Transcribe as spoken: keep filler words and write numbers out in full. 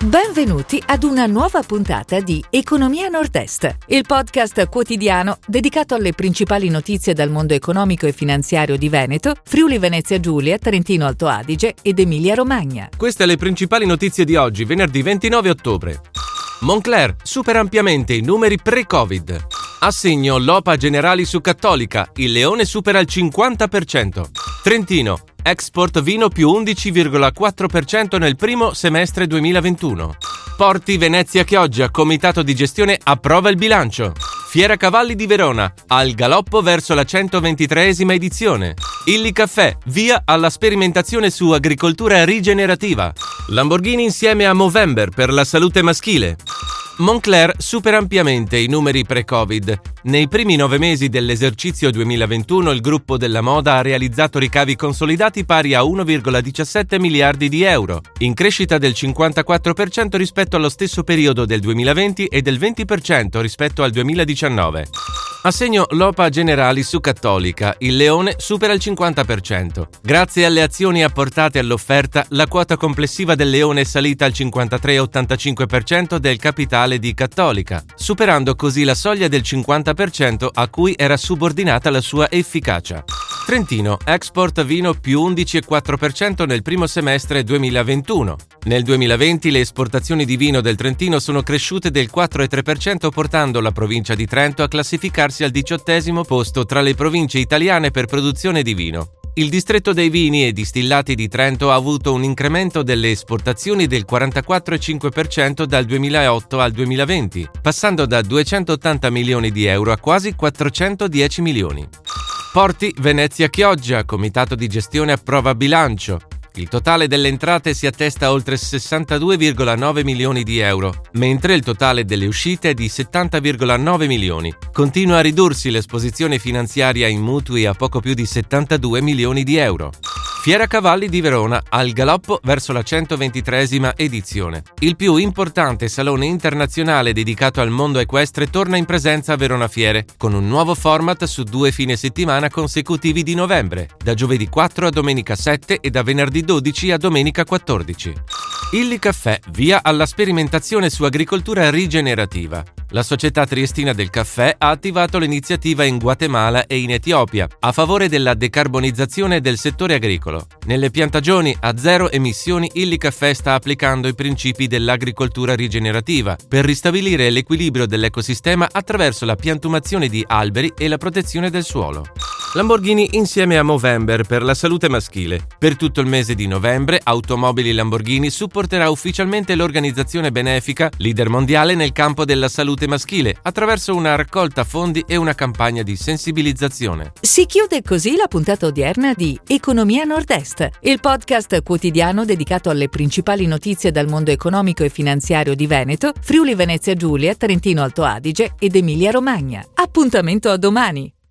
Benvenuti ad una nuova puntata di Economia Nord-Est, il podcast quotidiano dedicato alle principali notizie dal mondo economico e finanziario di Veneto, Friuli Venezia Giulia, Trentino Alto Adige ed Emilia Romagna. Queste le principali notizie di oggi, venerdì ventinove ottobre. Moncler supera ampiamente i numeri pre-Covid. Assegno L O P A Generali su Cattolica, il Leone supera il cinquanta per cento. Trentino, export vino più undici virgola quattro per cento nel primo semestre duemilaventuno. Porti Venezia Chioggia, comitato di gestione approva il bilancio. Fiera Cavalli di Verona, al galoppo verso la centoventitreesima edizione. Illy Caffè, via alla sperimentazione su agricoltura rigenerativa. Lamborghini insieme a Movember per la salute maschile. Moncler supera ampiamente i numeri pre-Covid. Nei primi nove mesi dell'esercizio duemilaventuno il gruppo della moda ha realizzato ricavi consolidati pari a uno virgola diciassette miliardi di euro, in crescita del cinquantaquattro per cento rispetto allo stesso periodo del duemilaventi e del venti per cento rispetto al duemiladiciannove. Assegno L O P A Generali su Cattolica, il Leone supera il cinquanta per cento. Grazie alle azioni apportate all'offerta, la quota complessiva del Leone è salita al cinquantatré virgola ottantacinque per cento del capitale di Cattolica, superando così la soglia del cinquanta per cento a cui era subordinata la sua efficacia. Trentino, export vino più undici virgola quattro per cento nel primo semestre duemilaventuno. Nel duemilaventi le esportazioni di vino del Trentino sono cresciute del quattro virgola tre per cento, portando la provincia di Trento a classificarsi al diciottesimo posto tra le province italiane per produzione di vino. Il distretto dei vini e distillati di Trento ha avuto un incremento delle esportazioni del quarantaquattro virgola cinque per cento dal duemilaotto al duemilaventi, passando da duecentottanta milioni di euro a quasi quattrocentodieci milioni. Porti Venezia Chioggia, comitato di gestione approva bilancio. Il totale delle entrate si attesta a oltre sessantadue virgola nove milioni di euro, mentre il totale delle uscite è di settanta virgola nove milioni. Continua a ridursi l'esposizione finanziaria in mutui a poco più di settantadue milioni di euro. Fiera Cavalli di Verona, al galoppo verso la centoventitreesima edizione. Il più importante salone internazionale dedicato al mondo equestre torna in presenza a Verona Fiere, con un nuovo format su due fine settimana consecutivi di novembre, da giovedì quattro a domenica sette e da venerdì dodici a domenica quattordici. Illy Caffè, via alla sperimentazione su agricoltura rigenerativa. La società triestina del caffè ha attivato l'iniziativa in Guatemala e in Etiopia a favore della decarbonizzazione del settore agricolo. Nelle piantagioni a zero emissioni Illy Caffè sta applicando i principi dell'agricoltura rigenerativa per ristabilire l'equilibrio dell'ecosistema attraverso la piantumazione di alberi e la protezione del suolo. Lamborghini insieme a Movember per la salute maschile. Per tutto il mese di novembre, Automobili Lamborghini supporterà ufficialmente l'organizzazione benefica leader mondiale nel campo della salute maschile attraverso una raccolta fondi e una campagna di sensibilizzazione. Si chiude così la puntata odierna di Economia Nord-Est, il podcast quotidiano dedicato alle principali notizie dal mondo economico e finanziario di Veneto, Friuli Venezia Giulia, Trentino Alto Adige ed Emilia Romagna. Appuntamento a domani!